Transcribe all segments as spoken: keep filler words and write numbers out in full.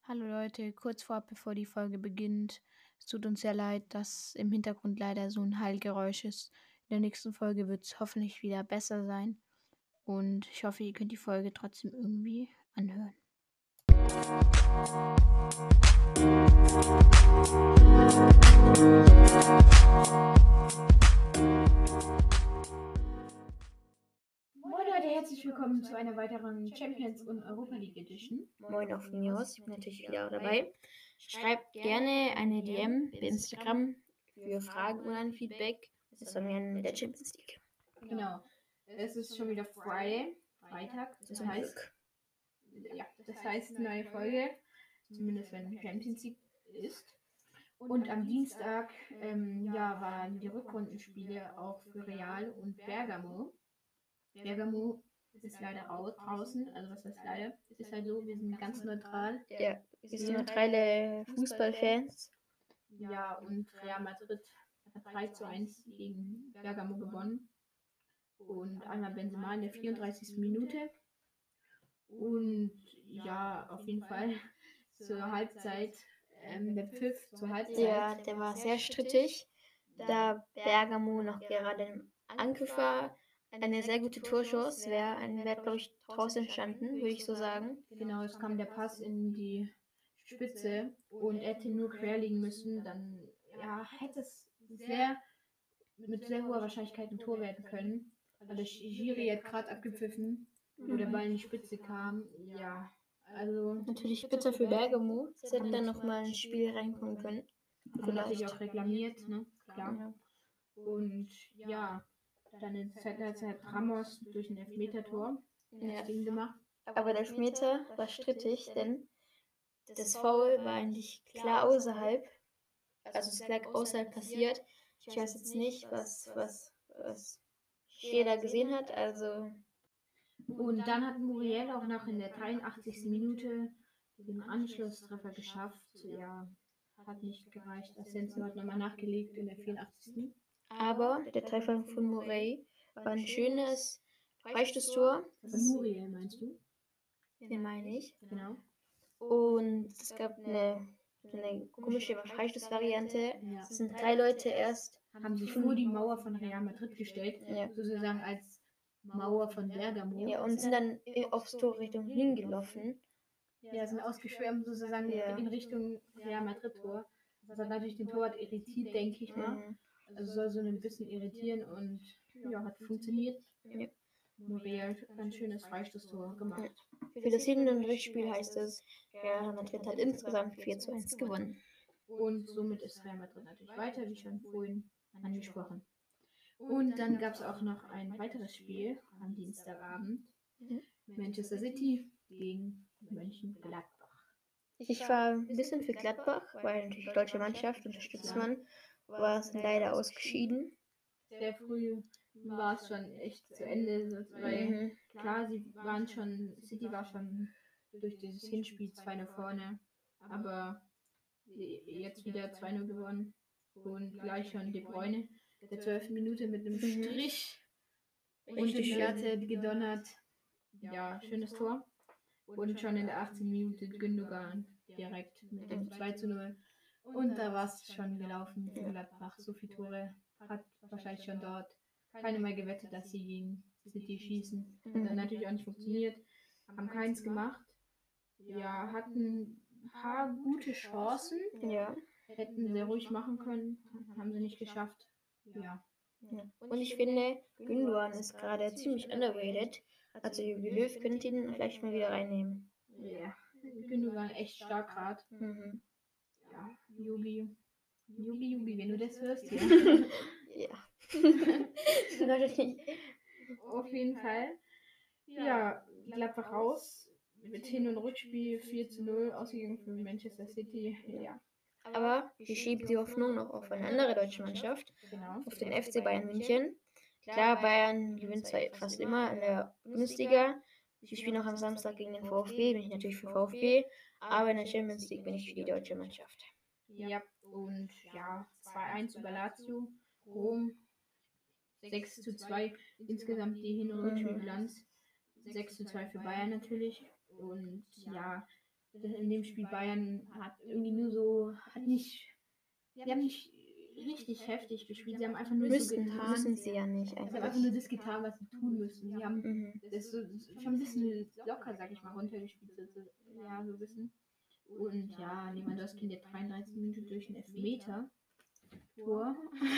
Hallo Leute, kurz vorab, bevor die Folge beginnt. Es tut uns sehr leid, dass im Hintergrund leider so ein Hallgeräusch ist. In der nächsten Folge wird es hoffentlich wieder besser sein. Und ich hoffe, ihr könnt die Folge trotzdem irgendwie anhören. Moin Leute, herzlich willkommen zu einer weiteren Champions und Europa League Edition. Moin auch von mir aus, ich bin natürlich wieder dabei. Schreibt gerne eine D M bei Instagram für Fragen oder ein Feedback. Das sollen wir in der Champions League. Genau, es ist schon wieder Friday, Freitag, das Zum heißt, Glück. ja, das heißt neue Folge, zumindest wenn Champions League ist. Und am Dienstag ähm, ja, waren die Rückrundenspiele auch für Real und Bergamo. Bergamo ist leider raus, draußen, also was heißt leider? Ist halt so, wir sind ganz neutral. Ja, wir sind neutrale Fußballfans. Ja, und Real Madrid hat drei zu eins gegen Bergamo gewonnen. Und einmal Benzema in der vierunddreißigsten Minute. Und ja, auf jeden Fall zur Halbzeit, ähm, der Pfiff zur Halbzeit. Ja, der war sehr strittig, da Bergamo noch gerade im Angriff war. Eine sehr gute Torchance, wäre ein Wert, glaube ich, draus entstanden, würde ich so sagen. Genau, es kam der Pass in die Spitze und er hätte nur quer liegen müssen, dann ja, hätte es sehr mit sehr hoher Wahrscheinlichkeit ein Tor werden können. Aber der Schiri hat gerade abgepfiffen, wo der Ball in die Spitze kam. Ja, also Natürlich bitter für Bergamo. Es hätte dann nochmal ein Spiel reinkommen können. haben natürlich auch reklamiert, ne? Klar. Ja. Und ja, dann in der zweiten Halbzeit Ramos durch ein Elfmetertor Ja. das Ding gemacht. Aber der Elfmeter war strittig, denn das Foul war eigentlich klar außerhalb. Also es lag außerhalb passiert. Ich weiß jetzt nicht, was, was, was jeder gesehen hat. Also Und dann hat Muriel auch noch in der dreiundachtzigsten Minute den Anschlusstreffer geschafft. Ja, hat nicht gereicht. Asensio hat nochmal nachgelegt in der vierundachtzigsten Aber der Treffer von Murray war ein schönes Freistoßtor. Von Muriel meinst du? Den meine ich. Genau. Und es gab eine, eine komische Freistoßvariante. Ja. Es sind drei Leute erst. Haben sich vor die Mauer von Real Madrid gestellt, Ja. sozusagen als Mauer von Bergamo. Ja, und sind dann aufs Tor Richtung hingelaufen. Ja, sind ausgeschwärmt sozusagen Ja. in Richtung Real Madrid-Tor. Das hat natürlich den Torwart irritiert, denke ich mal. Mhm. Also soll so ein bisschen irritieren und ja, hat funktioniert. Ja. Muriel hat ein schönes Freistoßtor gemacht. Für das Hin- und Rückspiel heißt es, Real Madrid hat insgesamt vier zu eins gewonnen. Und somit ist Real Madrid natürlich weiter, wie schon vorhin angesprochen. Und dann gab es auch noch ein weiteres Spiel am Dienstagabend. Mhm. Manchester City gegen Mönchengladbach. Ich war ein bisschen für Gladbach, weil natürlich deutsche Mannschaft unterstützt man, war es leider ausgeschieden. Sehr früh war es schon echt zu Ende, so, weil Mhm. klar, sie waren schon, City war schon durch dieses Hinspiel zwei null vorne, aber jetzt wieder zwei null gewonnen und gleich schon De Bruyne, der zwölften Minute mit einem Mhm. Strich und die Latte gedonnert. Ja, schönes Tor. Und schon in der achtzehnten Minute Gündogan direkt mit dem zwei zu null. Und da war es schon gelaufen für Gladbach. So viele Tore hat wahrscheinlich schon dort keine mehr gewettet, dass sie gegen City schießen. Hat dann natürlich auch nicht funktioniert. Haben keins gemacht. Ja, hatten ein paar gute Chancen. Ja. Hätten sehr ruhig machen können. Haben sie nicht geschafft. Ja. Ja. Und ich finde, Gündogan ist gerade ziemlich underrated. Also Jogi Löw könnte ihn vielleicht mal wieder reinnehmen. Ja. Gündogan echt stark gerade. Mhm. Ja, Yugi. Yugi, Yugi, wenn du das hörst, ja. Ja. Natürlich. Auf jeden Fall. Ja, Gladbach raus. Mit Hin- und Rückspiel vier zu null ausgegangen für Manchester City. Ja, Aber ich schiebe die Hoffnung noch auf eine andere deutsche Mannschaft, genau. auf den F C Bayern München. Klar, Bayern gewinnt zwar fast immer in der Bundesliga. Ich spiele noch am Samstag gegen den VfB, bin ich natürlich für VfB, aber in der Champions League bin ich für die deutsche Mannschaft. Ja, und ja, zwei eins über Lazio. Rom sechs zu zwei. Insgesamt die Hin- und Rückspielbilanz. sechs zu zwei für Bayern natürlich. Und ja, in dem Spiel Bayern hat irgendwie nur so, hat nicht, sie haben nicht richtig heftig gespielt, sie haben einfach nur Müssen, so getan. müssen sie ja nicht Sie haben einfach eigentlich. nur das getan, was sie tun müssen. Sie haben Mhm. das so schon ein bisschen locker, sag ich mal, runtergespielt. So, so, ja, so ein bisschen. Und ja, Lewandowski in der dreiunddreißigsten Minute durch einen Elfmeter. Tor.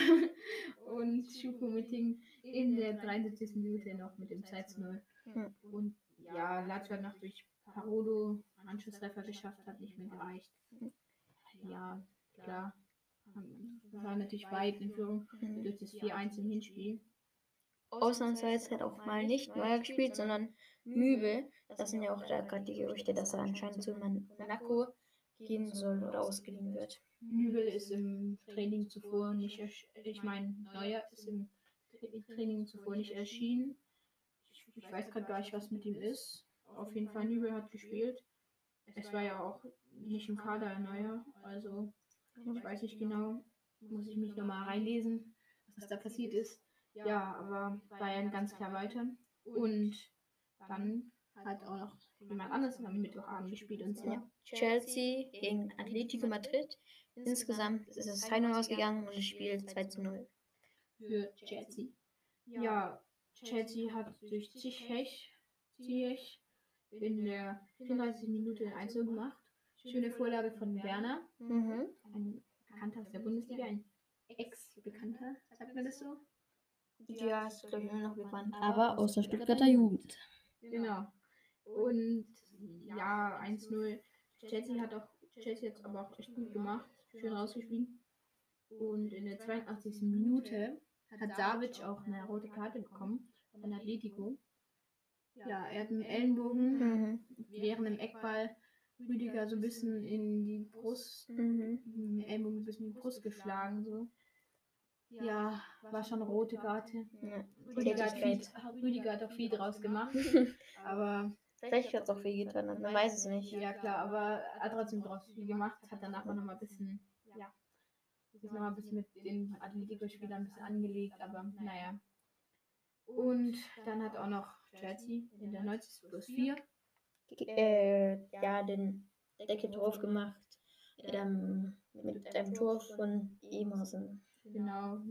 Und Choupo-Moting in der dreiundsiebzigsten Minute noch mit dem zwei zu null. Mhm. Und ja, Lazio hat noch durch Parolo Anschlusstreffer geschafft, hat nicht mehr gereicht. Ja, klar. Wir waren natürlich weit in Führung Mhm. durch das vier eins im Hinspiel. Ausnahmsweise hat auch mal nicht Neuer gespielt, sondern Nübel. Das sind ja auch da gerade die Gerüchte, dass er anscheinend zu Man- Monaco gehen soll oder ausgeliehen wird. Nübel ist im Training zuvor nicht erschienen. Ich meine, Neuer ist im Tra- Training zuvor nicht erschienen. Ich, ich weiß gerade gar nicht, was mit ihm ist. Auf jeden Fall, Nübel hat gespielt. Es war ja auch nicht im Kader Neuer. Also, ich weiß nicht genau. Muss ich mich nochmal reinlesen, was da passiert ist. Ja, aber Bayern ganz klar weiter. Und dann hat auch noch jemand anderes am Mittwochabend gespielt. Und zwar Ja. Chelsea gegen Atletico Madrid. Insgesamt ist es zwei null ausgegangen und das Spiel zwei zu null. für Chelsea. Ja, Chelsea hat durch Ziyech, Ziyech in der vierunddreißigsten Minute ein eins zu null gemacht. Schöne Vorlage von Werner, Mhm. ein Bekannter aus der Bundesliga, ein Ex-Bekannter, sagt man das so? Ja, ist glaube ich immer noch bekannt. Aber aus der Stuttgarter Jugend. Genau. Und ja, eins zu null. Chelsea hat auch, Chelsea hat es aber auch echt gut gemacht, schön rausgespielt. Und in der zweiundachtzigsten Minute hat Savic auch eine rote Karte bekommen von Atletico. Ja, er hat einen Ellenbogen Mhm. während dem Eckball Rüdiger so ein bisschen in die Brust, Mhm. mit dem Ellenbogen ein bisschen in die Brust geschlagen. So. Ja, war schon eine rote Karte. Ja. Rüdiger hat, viel, Tätigkeit. Rüdiger hat auch viel draus gemacht. Aber Vielleicht hat es auch wehgetan, man weiß es nicht. ja klar, aber er hat trotzdem draus viel gemacht, hat danach auch noch mal ein bisschen, ja, sich noch mal ein bisschen mit den Atletico-Spielern ein bisschen angelegt, aber naja. Und dann hat auch noch Chelsea in der neunzigsten plus vier Äh, ja, den Deckel drauf gemacht. Ähm, mit einem Tor von Emerson. genau,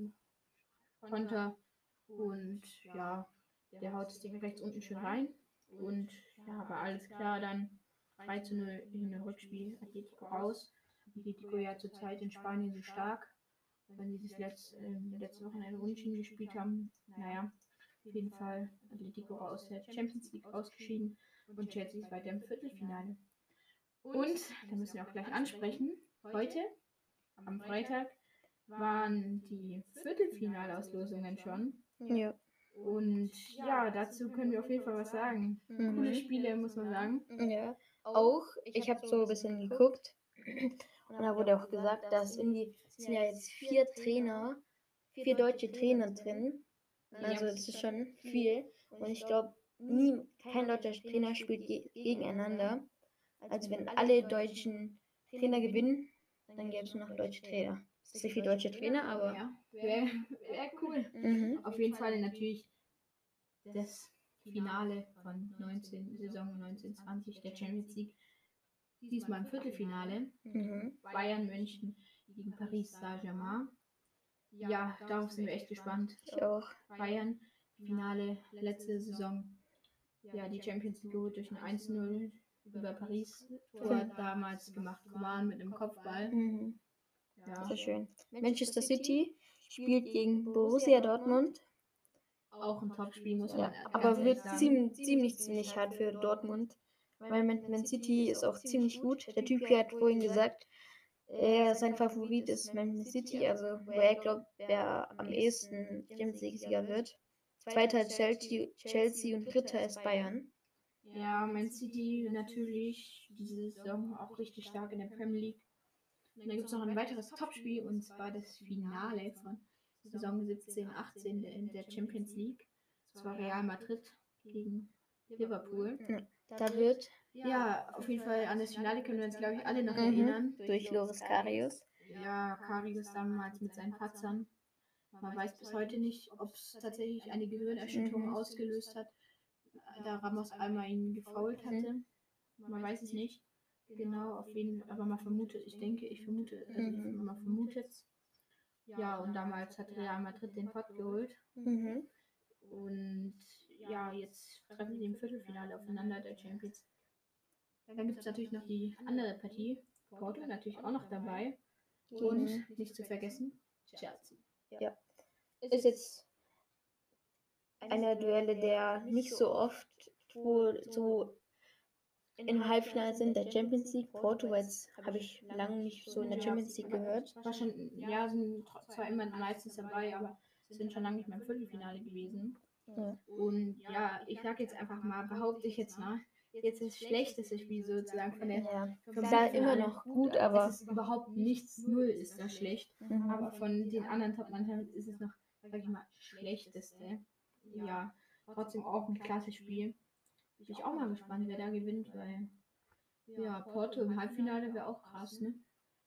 Konter. Und ja, der haut das Ding rechts unten schön rein. Und ja, war alles klar. Dann drei zu null in der Rückspiel. Atletico raus. Atletico ja zurzeit in Spanien so stark, weil sie das letzte, äh, letzte Wochenende unentschieden gespielt haben. Naja, auf jeden Fall Atletico aus der Champions League ausgeschieden und Chelsea ist weiter im Viertelfinale. Und, da müssen wir auch gleich ansprechen, heute, am Freitag, waren die Viertelfinalauslosungen schon. Ja. Und ja, dazu können wir auf jeden Fall was sagen. Mhm. Coole Spiele, muss man sagen. Ja. Auch, ich habe so ein bisschen geguckt und da wurde auch gesagt, dass in die es sind ja jetzt vier Trainer, vier deutsche Trainer drin. Also das ist schon viel. Und ich glaube, nie kein deutscher Trainer spielt ge gegeneinander. Also wenn alle deutschen Trainer gewinnen, dann gäbe es nur noch deutsche Trainer. Es sind vier deutsche Trainer, aber Ja, wäre wär cool. mhm. Auf jeden Fall natürlich das Finale von neunzehn, Saison neunzehn zwanzig der Champions League. Diesmal im Viertelfinale. Mhm. Bayern München gegen Paris Saint-Germain. Ja, darauf sind wir echt gespannt. Ich auch. Bayern, Finale, letzte Saison. Ja, die Champions League geholt durch ein eins zu null über Paris. Tor damals gemacht, Coman mit einem Kopfball. Mhm. Ja, Sehr schön. Manchester City spielt gegen Borussia Dortmund. auch ein Topspiel, muss Ja, man aber ganz ehrlich wird sagen. ziemlich, ziemlich, ziemlich hart für Dortmund. Weil Man, Man City ist auch ziemlich gut. Der Typ hier hat vorhin gesagt, er, sein Favorit ist Man City, also wo er glaubt, wer am ehesten Champions League-Sieger wird. Zweiter ist Chelsea, Chelsea und dritter ist Bayern. Ja, Man City natürlich diese Saison auch richtig stark in der Premier League. Und dann gibt es noch ein weiteres Topspiel und zwar das Finale von Saison siebzehn achtzehn der, in der Champions League. Das war Real Madrid gegen Liverpool. Ja, da wird Ja, auf jeden Fall an das Finale können wir uns, glaube ich, alle noch mhm, erinnern. durch Loris Karius. Ja, Karius damals mit seinen Patzern. Man weiß bis heute nicht, ob es tatsächlich eine Gehirnerschütterung Mhm. ausgelöst hat, da Ramos einmal ihn gefoult hatte. Man weiß es nicht. genau, auf jeden Fall, aber man vermutet, ich denke, ich vermute, also ich, Mhm. man vermutet. Ja, und damals hat Real Madrid den Pott geholt. Mhm. Und ja, jetzt treffen sie im Viertelfinale aufeinander der Champions. Dann gibt es natürlich noch die andere Partie. Porto natürlich auch noch dabei. Und Gegen, nicht zu vergessen, Chelsea. ja, ist jetzt einer Duelle, der nicht so oft wo, so im Halbfinale sind der Champions League. Porto, weil jetzt habe ich lange nicht so in der Champions League gehört. War schon, ja, sind tr- zwar immer meistens dabei, aber sind schon lange nicht mehr im Viertelfinale gewesen. Ja. Und ja, ich sage jetzt einfach mal, behaupte ich jetzt mal, jetzt das schlechteste Spiel sozusagen von der Ja, vom klar, immer Viertelfinale. noch gut, Es aber ist überhaupt nichts, null ist das schlecht. mhm. Aber von den anderen Top-Mannschaften ist es noch, sag ich mal, schlechteste. Ja, trotzdem auch ein klasse Spiel. Bin ich auch mal gespannt, wer da gewinnt, weil ja, Porto im Halbfinale wäre auch krass, ne?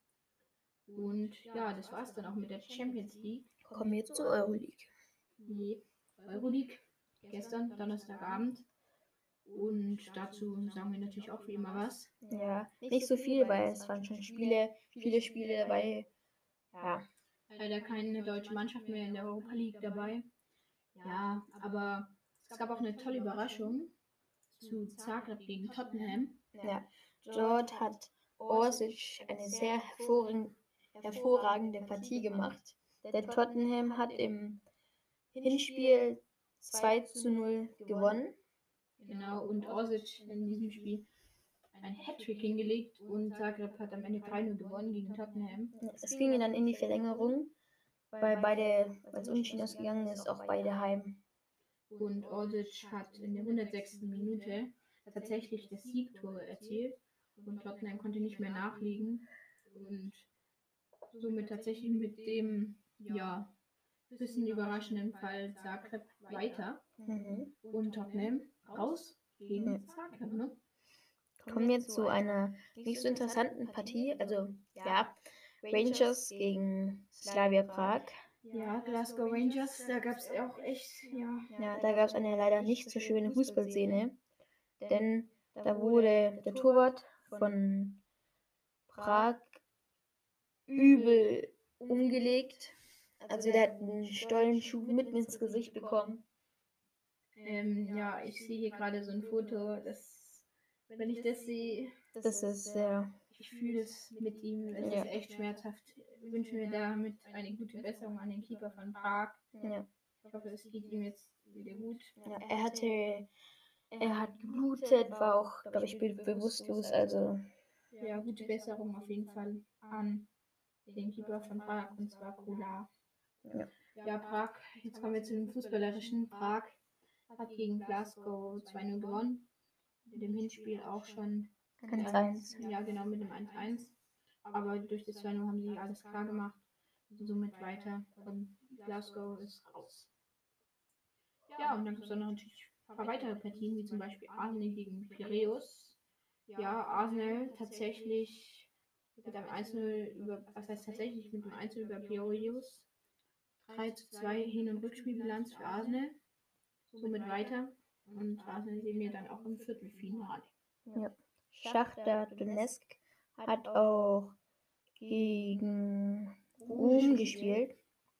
Und ja, das war's dann auch mit der Champions League. Kommen wir jetzt zur Euroleague. Die Euroleague gestern, Donnerstagabend. Und dazu sagen wir natürlich auch wie immer was. Ja, nicht so viel, weil es waren schon Spiele, viele Spiele dabei. Ja, Leider keine deutsche Mannschaft mehr in der Europa League dabei. Ja, aber es gab auch eine tolle Überraschung zu Zagreb gegen Tottenham. ja. Dort hat Orsic eine sehr hervorragende, hervorragende Partie gemacht. Der Tottenham hat im Hinspiel zwei zu null gewonnen. Genau, und Orsic in diesem Spiel ein Hattrick hingelegt und Zagreb hat am Ende drei null gewonnen gegen Tottenham. Es ging dann in die Verlängerung, weil beide, weil es unentschieden ausgegangen ist, auch beide heim. Und Orsic hat in der hundertsechsten Minute tatsächlich das Siegtor erzielt und Tottenham konnte nicht mehr nachlegen und somit tatsächlich mit dem, ja, bisschen überraschenden Fall Zagreb weiter Mhm. und Tottenham raus gegen Ja. Zagreb, ne? Kommen wir zu einer nicht so interessanten Partie. Also ja, Rangers gegen Slavia Prag. Ja, Glasgow Rangers, da gab es auch echt, ja. Ja, da gab es eine leider nicht so schöne Fußballszene, denn da wurde der Torwart von Prag übel umgelegt. Also der hat einen Stollenschuh mitten ins Gesicht bekommen. Ähm, ja, ich sehe hier gerade so ein Foto, das, wenn ich das sehe, Das ist sehr, ich fühle es mit ihm, es Ja. ist echt schmerzhaft. Ich wünsche mir damit eine gute Besserung an den Keeper von Prag. ja, Ich hoffe, es geht ihm jetzt wieder gut. ja. Er hatte, er hat geblutet, war auch, glaube ich, be bewusstlos. Also Ja, gute Besserung auf jeden Fall an den Keeper von Prag, und zwar Kula. Ja. Ja, Prag, jetzt kommen wir zu dem Fußballerischen. Prag hat gegen Glasgow zwei null gewonnen. In dem Hinspiel auch schon eins eins. Ja, genau, mit dem eins eins. Aber durch das zwei null haben sie alles klar gemacht. Und somit weiter. Und Glasgow ist raus. Ja, und dann gibt es noch natürlich ein paar weitere Partien, wie zum Beispiel Arsenal gegen Piraeus. Ja, Arsenal tatsächlich mit einem eins null über, was heißt tatsächlich mit einem eins null über Piraeus. drei zu zwei Hin- und Rückspielbilanz für Arsenal. Somit weiter. Und Arsenal sehen wir dann auch im Viertelfinale. Ja. Schachtar Donetsk hat auch gegen Rom gespielt.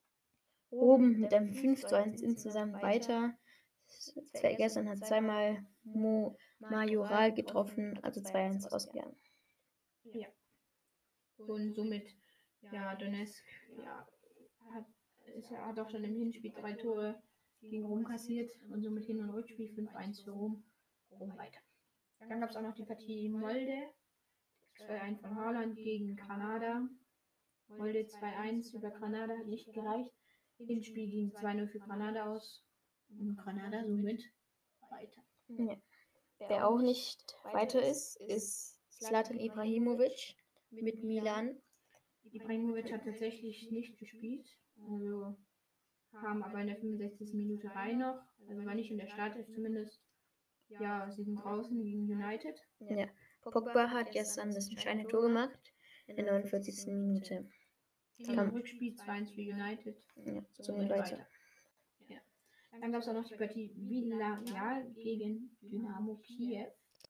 Rom mit einem fünf zu eins insgesamt weiter. Zwei, gestern hat zweimal Mo Majoral getroffen, also zwei eins ausgegangen. Ja. Und somit, ja, Donetsk, ja, hat, ist, ja, hat auch schon im Hinspiel drei Tore gegen Rom kassiert und somit Hin- und Rückspiel fünf eins für Rom. Rom weiter. Dann gab es auch noch die Partie Molde, zwei eins von Haaland gegen Granada. Molde zwei eins über Granada hat nicht gereicht. Hinspiel ging zwei null für Granada aus und Granada somit weiter. Ja. Wer auch nicht weiter ist, ist Zlatan Ibrahimovic mit Milan. Ibrahimovic hat tatsächlich nicht gespielt, also kam aber in der fünfundsechzigsten Minute rein noch, also war nicht in der Startelf zumindest. Ja, sie sind draußen gegen United. Ja. Pogba hat gestern das entscheidende Tor gemacht in der neunundvierzigsten Minute. Hin- und Rückspiel zwei eins für United. Ja, Somit somit weiter. weiter. Ja. Dann gab es auch noch die Partie Villarreal gegen Dynamo Kiew.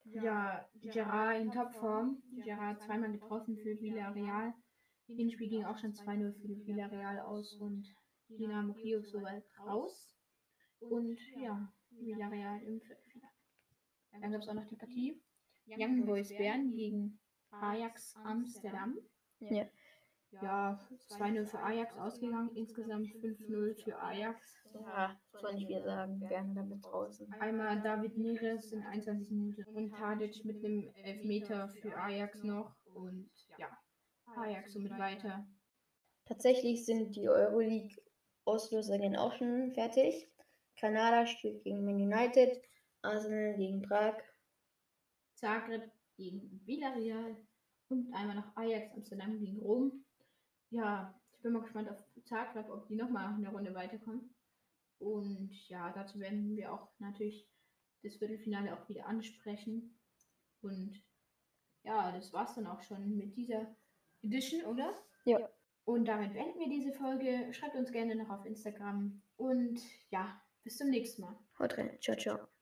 Ja, Gerard in Topform. Gerard zweimal getroffen für Villarreal. Hinspiel ging auch schon zwei null für Villarreal aus und Dynamo Kiew soweit raus. Und ja, Villarreal im Viertelfinale. Dann gab es auch noch die Partie Young Boys Bern gegen Ajax Amsterdam. Ja. Ja, zwei null für Ajax ausgegangen, insgesamt fünf null für Ajax. Ja, soll nicht viel sagen. Bern damit draußen. Einmal David Neres in einundzwanzig Minuten und Tadic mit einem Elfmeter für Ajax noch. Und ja, Ajax somit weiter. Tatsächlich sind die Euroleague-Auslosungen auch schon fertig. Granada spielt gegen Man United, Arsenal gegen Prag. Zagreb gegen Villarreal und einmal noch Ajax Amsterdam gegen Rom. Ja, ich bin mal gespannt auf Zagreb, ob die nochmal eine Runde weiterkommen. Und ja, dazu werden wir auch natürlich das Viertelfinale auch wieder ansprechen. Und ja, das war's dann auch schon mit dieser Edition, oder? Ja. Und damit beenden wir diese Folge. Schreibt uns gerne noch auf Instagram. Und ja, bis zum nächsten Mal. Haut rein. Ciao, ciao.